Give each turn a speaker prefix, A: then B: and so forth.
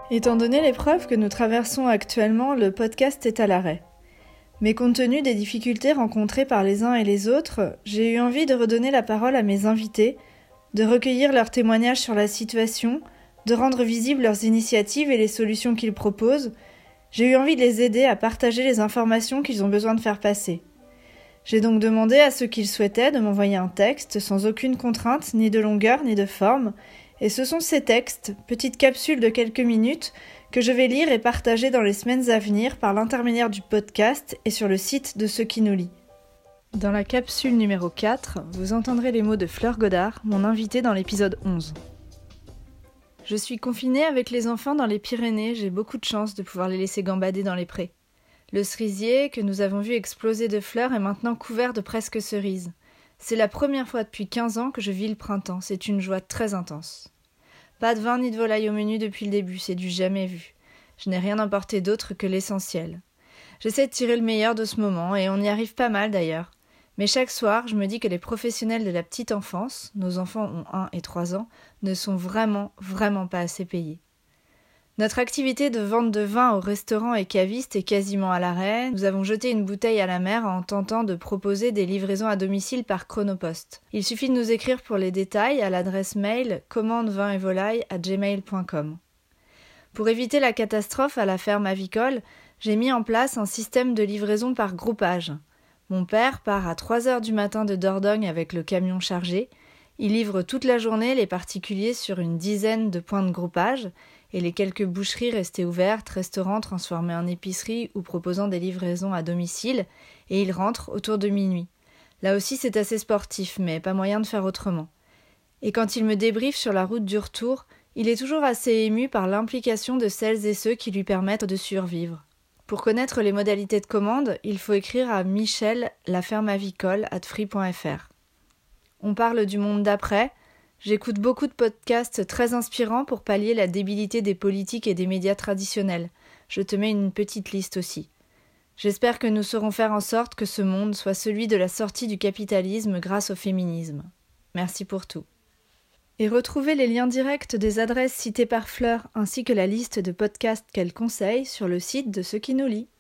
A: Étant donné l'épreuve que nous traversons actuellement, le podcast est à l'arrêt. Mais compte tenu des difficultés rencontrées par les uns et les autres, j'ai eu envie de redonner la parole à mes invités, de recueillir leurs témoignages sur la situation, de rendre visibles leurs initiatives et les solutions qu'ils proposent. J'ai eu envie de les aider à partager les informations qu'ils ont besoin de faire passer. J'ai donc demandé à ceux qui le souhaitaient de m'envoyer un texte sans aucune contrainte, ni de longueur, ni de forme. Et ce sont ces textes, petites capsules de quelques minutes, que je vais lire et partager dans les semaines à venir par l'intermédiaire du podcast et sur le site de Ceux qui nous lit. Dans la capsule numéro 4, vous entendrez les mots de Fleur Godard, mon invitée dans l'épisode 11. Je suis confinée avec les enfants dans les Pyrénées, j'ai beaucoup de chance de pouvoir les laisser gambader dans les prés. Le cerisier, que nous avons vu exploser de fleurs, est maintenant couvert de presque cerises. C'est la première fois depuis 15 ans que je vis le printemps, c'est une joie très intense. Pas de vin ni de volaille au menu depuis le début, c'est du jamais vu. Je n'ai rien emporté d'autre que l'essentiel. J'essaie de tirer le meilleur de ce moment, et on y arrive pas mal d'ailleurs. Mais chaque soir, je me dis que les professionnels de la petite enfance, nos enfants ont 1 et 3 ans, ne sont vraiment pas assez payés. Notre activité de vente de vin au restaurant et caviste est quasiment à l'arrêt. Nous avons jeté une bouteille à la mer en tentant de proposer des livraisons à domicile par Chronopost. Il suffit de nous écrire pour les détails à l'adresse mail commandevin-et-volaille@gmail.com. Pour éviter la catastrophe à la ferme avicole, j'ai mis en place un système de livraison par groupage. Mon père part à 3h du matin de Dordogne avec le camion chargé. Il livre toute la journée les particuliers sur une dizaine de points de groupage et les quelques boucheries restées ouvertes, restaurants transformés en épicerie ou proposant des livraisons à domicile, et il rentre autour de minuit. Là aussi c'est assez sportif, mais pas moyen de faire autrement. Et quand il me débriefe sur la route du retour, il est toujours assez ému par l'implication de celles et ceux qui lui permettent de survivre. Pour connaître les modalités de commande, il faut écrire à michel@lafermeavicole@free.fr. On parle du monde d'après. J'écoute beaucoup de podcasts très inspirants pour pallier la débilité des politiques et des médias traditionnels. Je te mets une petite liste aussi. J'espère que nous saurons faire en sorte que ce monde soit celui de la sortie du capitalisme grâce au féminisme. Merci pour tout. Et retrouvez les liens directs des adresses citées par Fleur ainsi que la liste de podcasts qu'elle conseille sur le site de Ceux qui nous lit.